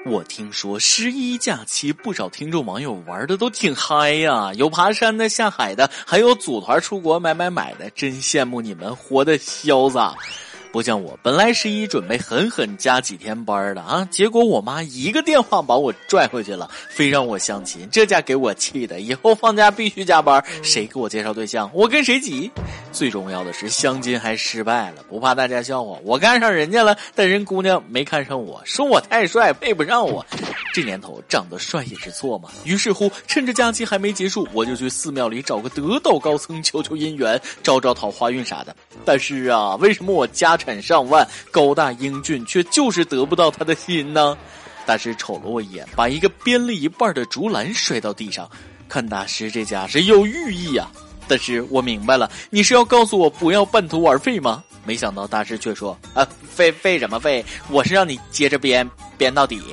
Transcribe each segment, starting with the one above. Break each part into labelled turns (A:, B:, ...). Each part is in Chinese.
A: 我听说11假期不少听众网友玩的都挺嗨呀，有爬山的、下海的，还有组团出国买的，真羡慕你们活得潇洒。不像我，本来11准备狠狠加几天班的啊，结果我妈一个电话把我拽回去了，非让我相亲，这下给我气的，以后放假必须加班，谁给我介绍对象，我跟谁急。最重要的是相亲还失败了，不怕大家笑话，我看上人家了，但人姑娘没看上我，说我太帅配不上我。这年头长得帅也是错嘛。于是乎，趁着假期还没结束，我就去寺庙里找个得道高僧求姻缘，招桃花运啥的。但是啊，为什么我家产上万，高大英俊，却就是得不到他的心呢？大师瞅了我一眼，把一个编了一半的竹篮摔到地上，看大师这家是有寓意啊。但是我明白了，你是要告诉我不要半途而废吗？没想到大师却说废什么废，我是让你接着编到底。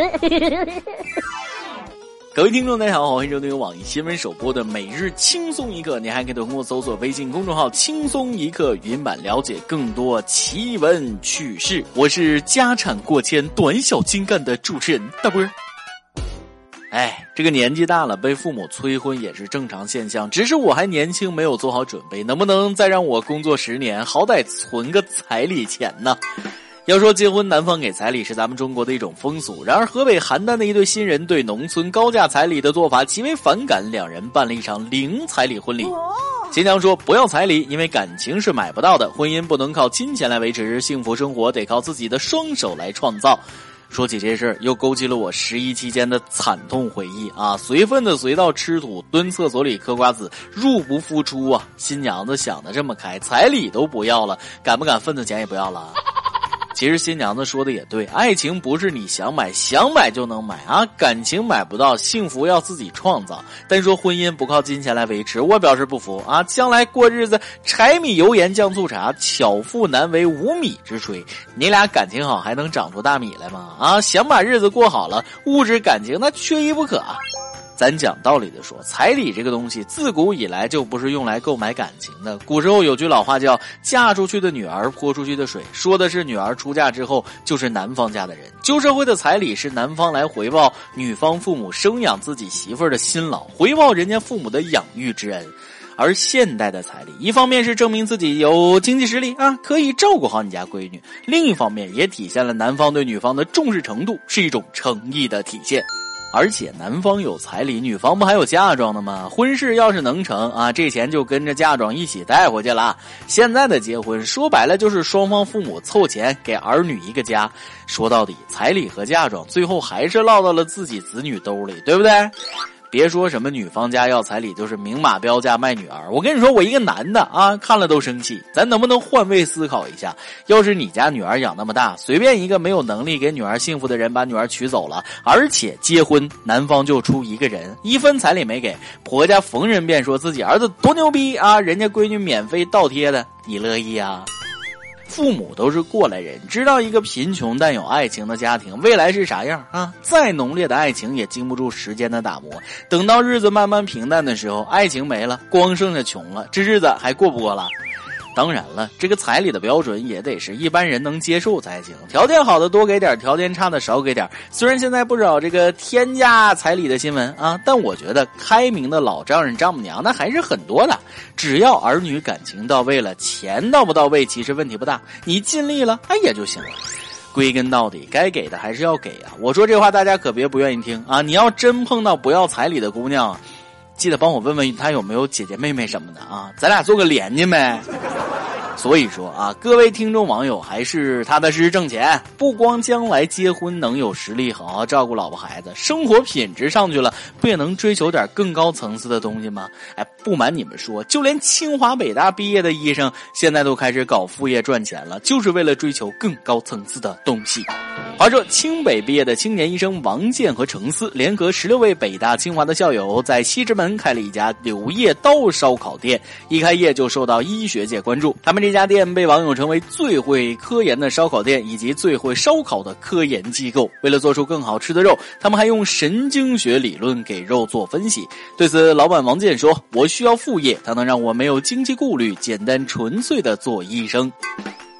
A: 各位听众大家好，欢迎收听由网易新闻首播的每日轻松一刻，你还可以通过搜索微信公众号轻松一刻语音版了解更多奇闻趣事。我是家产过千短小精干的主持人大波。这个年纪大了，被父母催婚也是正常现象，只是我还年轻，没有做好准备，能不能再让我工作10年，好歹存个彩礼钱呢？要说结婚男方给彩礼是咱们中国的一种风俗，然而河北邯郸的一对新人对农村高价彩礼的做法极为反感，两人办了一场零彩礼婚礼。新娘说不要彩礼，因为感情是买不到的，婚姻不能靠金钱来维持，幸福生活得靠自己的双手来创造。说起这事儿，又勾起了我11期间的惨痛回忆啊！随份子随到吃土，蹲厕所里嗑瓜子，入不敷出啊！新娘子想得这么开，彩礼都不要了，敢不敢份子钱也不要了？其实新娘子说的也对，爱情不是你想买就能买啊，感情买不到，幸福要自己创造。但说婚姻不靠金钱来维持，我表示不服啊！将来过日子，柴米油盐酱醋茶，巧妇难为无米之炊。你俩感情好，还能长出大米来吗？啊，想把日子过好了，物质感情那缺一不可。咱讲道理的说，彩礼这个东西自古以来就不是用来购买感情的。古时候有句老话叫嫁出去的女儿泼出去的水，说的是女儿出嫁之后就是男方家的人。旧社会的彩礼是男方来回报女方父母生养自己媳妇儿的辛劳，回报人家父母的养育之恩。而现代的彩礼，一方面是证明自己有经济实力啊，可以照顾好你家闺女，另一方面也体现了男方对女方的重视程度，是一种诚意的体现。而且男方有彩礼，女方不还有嫁妆的吗？婚事要是能成啊，这钱就跟着嫁妆一起带回去了。现在的结婚说白了就是双方父母凑钱给儿女一个家，说到底彩礼和嫁妆最后还是落到了自己子女兜里，对不对？别说什么女方家要彩礼就是明码标价卖女儿，我跟你说，我一个男的啊，看了都生气。咱能不能换位思考一下，要是你家女儿养那么大，随便一个没有能力给女儿幸福的人把女儿娶走了，而且结婚男方就出一个人，一分彩礼没给，婆家逢人便说自己儿子多牛逼啊，人家闺女免费倒贴的，你乐意啊？父母都是过来人，知道一个贫穷但有爱情的家庭未来是啥样啊！再浓烈的爱情也经不住时间的打磨，等到日子慢慢平淡的时候，爱情没了，光剩下穷了，这日子还过不过了？当然了，这个彩礼的标准也得是一般人能接受才行，条件好的多给点，条件差的少给点。虽然现在不少这个天价彩礼的新闻啊，但我觉得开明的老丈人丈母娘那还是很多的。只要儿女感情到位了，钱到不到位其实问题不大，你尽力了也就行了。归根到底，该给的还是要给啊！我说这话大家可别不愿意听啊！你要真碰到不要彩礼的姑娘，记得帮我问问她有没有姐姐妹妹什么的啊，咱俩做个连家呗。所以说啊，各位听众网友还是踏踏实实挣钱，不光将来结婚能有实力好好照顾老婆孩子，生活品质上去了，不也能追求点更高层次的东西吗？不瞒你们说，就连清华北大毕业的医生现在都开始搞副业赚钱了，就是为了追求更高层次的东西。话说清北毕业的青年医生王健和程思联合16位北大清华的校友在西直门开了一家柳叶刀烧烤店，一开业就受到医学界关注，他们这家店被网友称为最会科研的烧烤店以及最会烧烤的科研机构。为了做出更好吃的肉，他们还用神经学理论给肉做分析。对此老板王健说，我需要副业，它能让我没有经济顾虑，简单纯粹的做医生。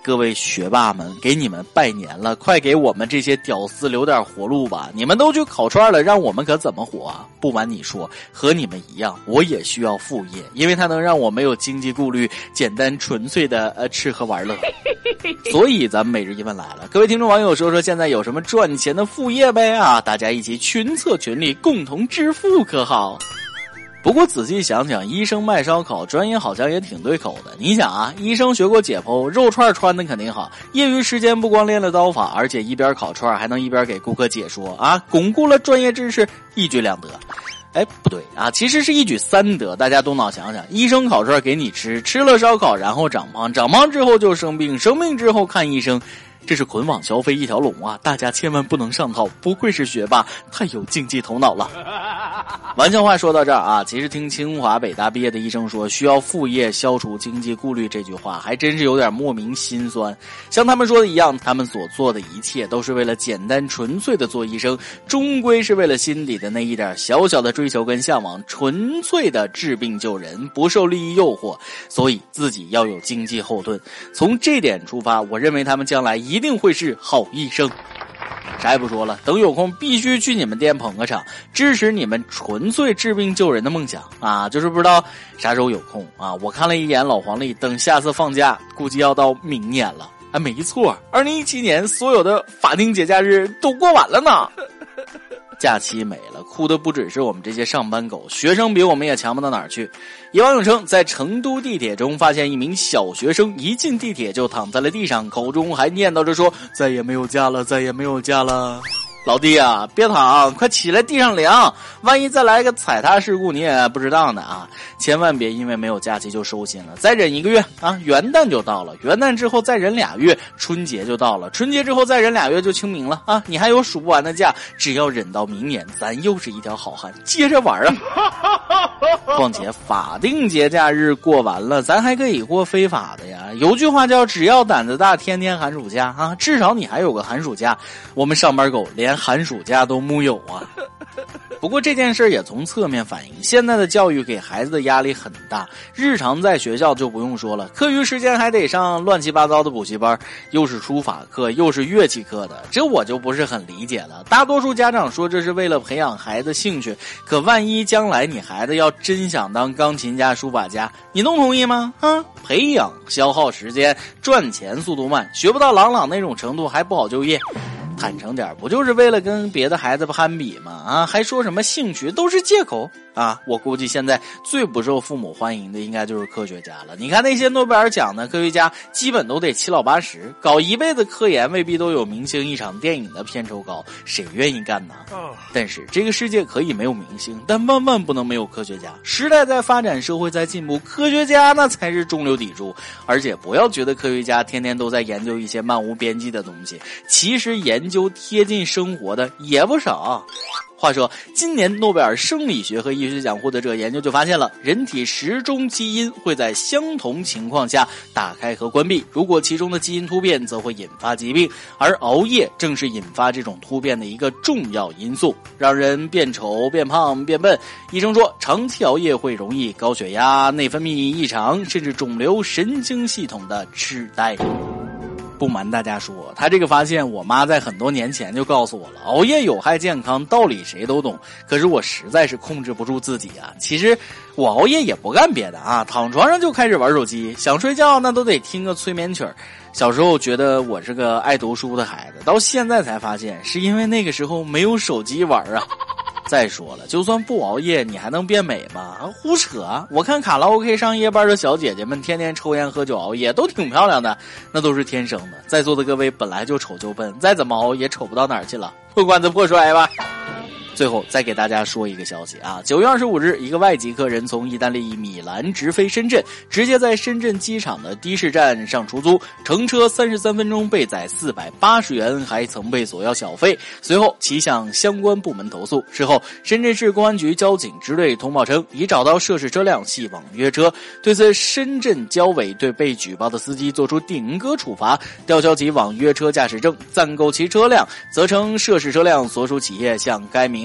A: 各位学霸们，给你们拜年了，快给我们这些屌丝留点活路吧！你们都去烤串了，让我们可怎么活啊？不瞒你说，和你们一样，我也需要副业，因为它能让我没有经济顾虑，简单纯粹的吃喝玩乐。所以咱们每日一问来了，各位听众网友说说现在有什么赚钱的副业呗啊？大家一起群策群力，共同致富可好？不过仔细想想，医生卖烧烤专业好像也挺对口的。你想啊，医生学过解剖，肉串穿的肯定好，业余时间不光练了刀法，而且一边烤串还能一边给顾客解说啊，巩固了专业知识，一举两得。哎，不对啊，其实是一举三得。大家动脑想想，医生烤串给你吃，吃了烧烤然后长胖，长胖之后就生病，生病之后看医生，这是捆绑消费一条龙啊！大家千万不能上套，不愧是学霸，太有经济头脑了。玩笑话说到这儿啊，其实听清华北大毕业的医生说需要副业消除经济顾虑这句话，还真是有点莫名心酸。像他们说的一样，他们所做的一切都是为了简单纯粹的做医生，终归是为了心底的那一点小小的追求跟向往，纯粹的治病救人，不受利益诱惑，所以自己要有经济后盾。从这点出发，我认为他们将来一定会是好医生。啥也不说了，等有空必须去你们店捧个场，支持你们纯粹治病救人的梦想啊！就是不知道啥时候有空啊！我看了一眼老黄历，等下次放假估计要到明年了。啊，没错，2017年所有的法定节假日都过完了呢。假期没了，哭的不只是我们这些上班狗，学生比我们也强不到哪儿去。有网友称，在成都地铁中发现一名小学生一进地铁就躺在了地上，口中还念叨着说再也没有家了，再也没有家了。老弟啊，别躺，快起来，地上凉，万一再来个踩踏事故你也不知道呢啊！千万别因为没有假期就收心了，再忍1个月啊，元旦就到了，元旦之后再忍2月，春节就到了，春节之后再忍2月就清明了啊！你还有数不完的假，只要忍到明年，咱又是一条好汉，接着玩啊！况且法定节假日过完了，咱还可以过非法的呀。有句话叫只要胆子大，天天寒暑假啊，至少你还有个寒暑假。我们上班狗连寒暑假都木有啊。不过这件事也从侧面反映，现在的教育给孩子的压力很大。日常在学校就不用说了，课余时间还得上乱七八糟的补习班，又是书法课又是乐器课的，这我就不是很理解了。大多数家长说这是为了培养孩子兴趣，可万一将来你孩子要真想当钢琴家书法家，你能同意吗？培养消耗时间，赚钱速度慢，学不到朗朗那种程度还不好就业。坦诚点，不就是为了跟别的孩子攀比吗？还说什么兴趣都是借口啊！我估计现在最不受父母欢迎的应该就是科学家了。你看那些诺贝尔奖的科学家，基本都得7老80，搞一辈子科研未必都有明星一场电影的片酬高，谁愿意干呢？但是这个世界可以没有明星，但万万不能没有科学家。时代在发展，社会在进步，科学家那才是中流砥柱。而且不要觉得科学家天天都在研究一些漫无边际的东西，其实研究贴近生活的也不少。话说，今年诺贝尔生理学和医学奖获得者研究就发现了，人体时钟基因会在相同情况下打开和关闭，如果其中的基因突变则会引发疾病，而熬夜正是引发这种突变的一个重要因素，让人变丑、变胖、变笨。医生说，长期熬夜会容易高血压、内分泌异常，甚至肿瘤、神经系统的痴呆。不瞒大家说，他这个发现我妈在很多年前就告诉我了，熬夜有害健康，道理谁都懂，可是我实在是控制不住自己啊。其实我熬夜也不干别的啊，躺床上就开始玩手机，想睡觉那都得听个催眠曲。小时候觉得我是个爱读书的孩子，到现在才发现是因为那个时候没有手机玩啊。再说了，就算不熬夜，你还能变美吗？胡扯啊！我看卡拉 OK 上夜班的小姐姐们天天抽烟喝酒熬夜，都挺漂亮的，那都是天生的。在座的各位本来就丑就笨，再怎么熬也丑不到哪儿去了，破罐子破摔吧。最后再给大家说一个消息啊，9月25日，一个外籍客人从意大利米兰直飞深圳，直接在深圳机场的的士站上出租，乘车33分钟被宰480元，还曾被索要小费。随后其向相关部门投诉，事后深圳市公安局交警支队通报称，已找到涉事车辆系网约车。对此，深圳交委对被举报的司机作出顶格处罚，吊销其网约车驾驶证，暂购其车辆，则称涉事车辆所属企业向该名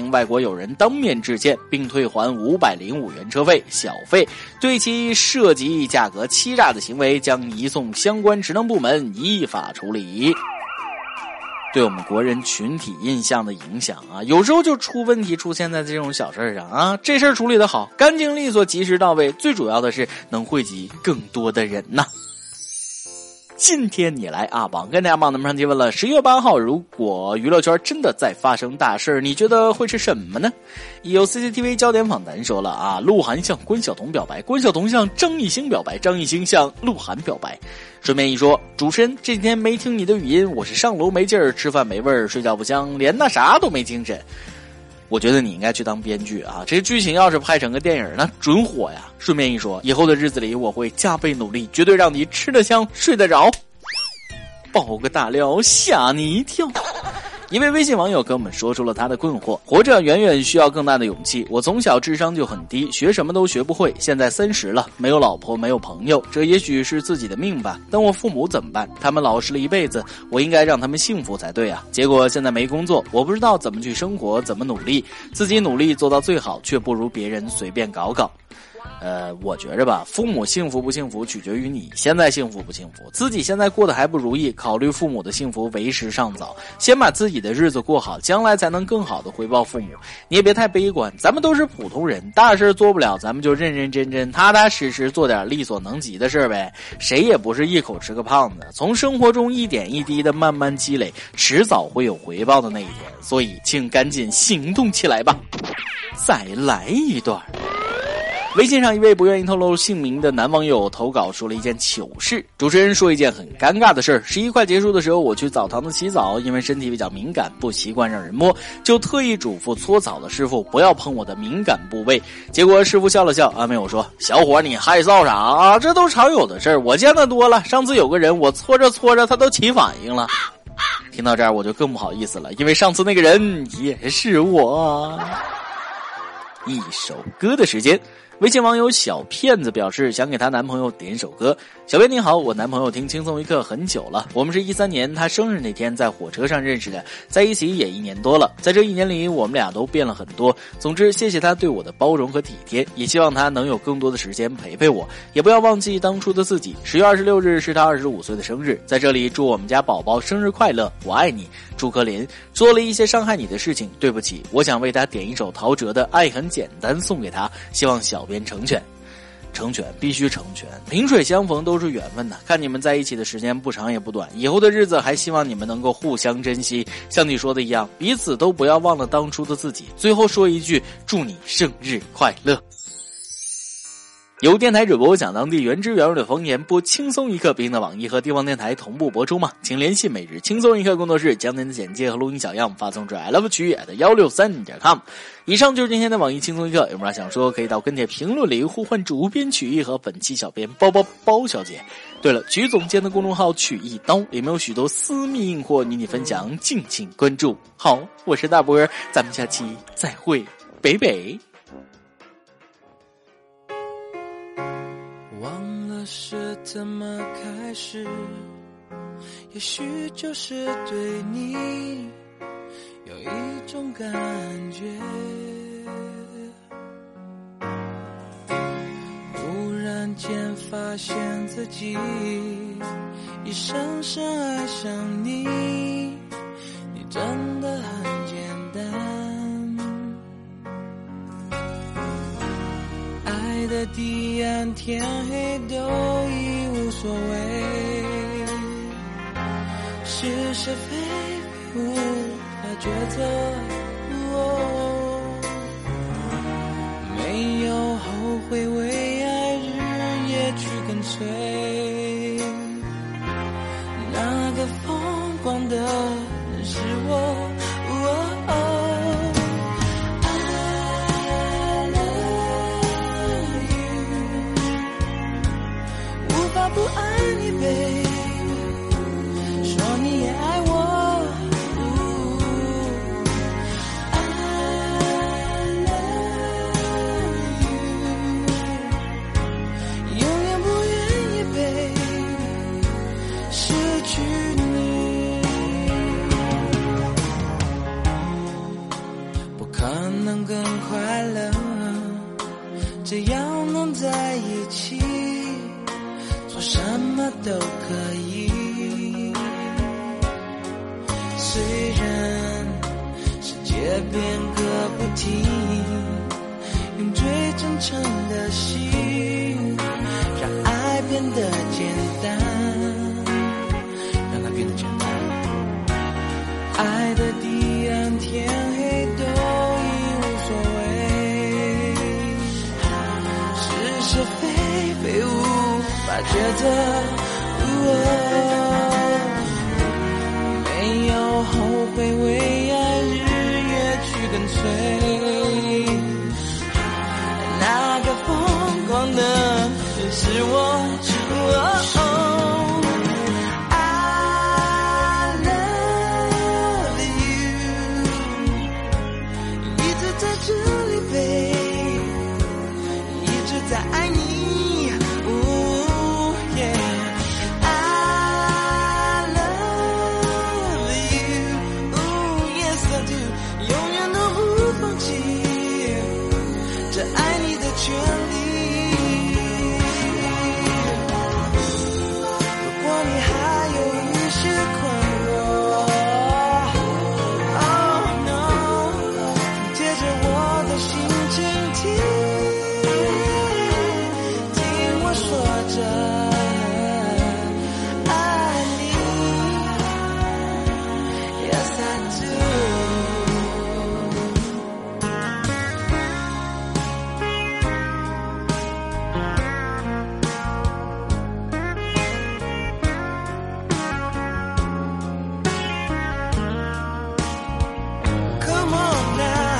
A: 请外国友人当面致歉，并退还505元车费小费，对其涉及价格欺诈的行为将移送相关职能部门依法处理。对我们国人群体印象的影响啊，有时候就出问题出现在这种小事上啊。这事儿处理得好，干净利索，及时到位，最主要的是能惠及更多的人呐。今天你来阿榜跟大家帮咱们上提问了，10月8号，如果娱乐圈真的在发生大事，你觉得会是什么呢？有 CCTV 焦点访谈说了啊，鹿晗向关晓彤表白，关晓彤向张艺兴表白，张艺兴向鹿晗表白。顺便一说，主持人这几天没听你的语音，我是上楼没劲儿，吃饭没味儿，睡觉不香，连那啥都没精神。我觉得你应该去当编剧啊，这剧情要是拍成个电影那准火呀。顺便一说，以后的日子里我会加倍努力，绝对让你吃得香睡得着，爆个大料吓你一跳。一位微信网友跟我们说出了他的困惑，活着远远需要更大的勇气，我从小智商就很低，学什么都学不会，现在30了，没有老婆没有朋友，这也许是自己的命吧，但我父母怎么办？他们老实了一辈子，我应该让他们幸福才对啊，结果现在没工作，我不知道怎么去生活，怎么努力，自己努力做到最好，却不如别人随便搞搞。我觉着吧，父母幸福不幸福取决于你现在幸福不幸福，自己现在过得还不如意，考虑父母的幸福为时尚早，先把自己的日子过好，将来才能更好的回报父母。你也别太悲观，咱们都是普通人，大事做不了，咱们就认认真真踏踏实实做点力所能及的事呗。谁也不是一口吃个胖子，从生活中一点一滴的慢慢积累，迟早会有回报的那一天，所以请赶紧行动起来吧。再来一段。微信上一位不愿意透露姓名的男网友投稿说了一件糗事，主持人说一件很尴尬的事，11快结束的时候，我去澡堂子洗澡，因为身体比较敏感，不习惯让人摸，就特意嘱咐搓澡的师傅不要碰我的敏感部位。结果师傅笑了笑，安慰我说：“小伙，你害臊啥啊？这都常有的事儿，我见得多了。上次有个人，我搓着搓着他都起反应了。”听到这儿我就更不好意思了，因为上次那个人也是我。一首歌的时间。微信网友小骗子表示想给她男朋友点首歌。小编你好，我男朋友听轻松一刻很久了，我们是13年他生日那天在火车上认识的，在一起也1年多了，在这1年里我们俩都变了很多。总之谢谢他对我的包容和体贴，也希望他能有更多的时间陪陪我，也不要忘记当初的自己。10月26日是他25岁的生日，在这里祝我们家宝宝生日快乐，我爱你。朱克林做了一些伤害你的事情，对不起，我想为他点一首陶喆的《爱很简单》送给他，希望小编成全。成全必须成全，萍水相逢都是缘分呐。看你们在一起的时间不长也不短，以后的日子还希望你们能够互相珍惜，像你说的一样，彼此都不要忘了当初的自己。最后说一句，祝你生日快乐。由电台主播讲当地原汁原味的方言，播轻松一刻，并在网易和地方电台同步播出吗？请联系每日轻松一刻工作室，将您的简介和录音小样发送至 iLoveChü@163.com。以上就是今天的网易轻松一刻，有什么想说可以到跟帖评论里呼唤主编曲艺和本期小编包小姐。对了，曲总监的公众号曲一刀里面有许多私密硬货与你分享，敬请关注。好，我是大波儿，咱们下期再会，北北。
B: 忘了是怎么开始，也许就是对你有一种感觉，忽然间发现自己已深深爱上你，你真的很简单，爱的地暗天黑都已无所谓，是是非非无法抉择，没有后悔，为爱日夜去跟随，那个疯狂的人是我。不爱你 baby， 说你也爱我，I love you， 永远不愿意 baby 失去你。 能更快乐，只要能在一起，做什么都可以。虽然世界变个不停，用最真诚的心，让爱变得简单，让它变得简单。爱的彼岸，天黑都已无所谓，是是非非无法抉择。没有后悔，为爱日夜去跟随。那个疯狂的人是我。在爱你，I love you，yes I do， 永远都不放弃这爱你的权利。如果你还有一些困惑 ，Oh no， 借着我的心倾听。说着爱你 ，Yes I do。Come on now。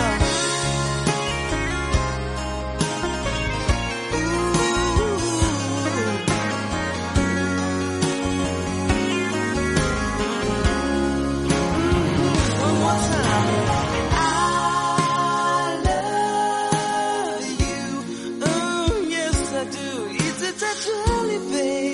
B: 在这里，babe。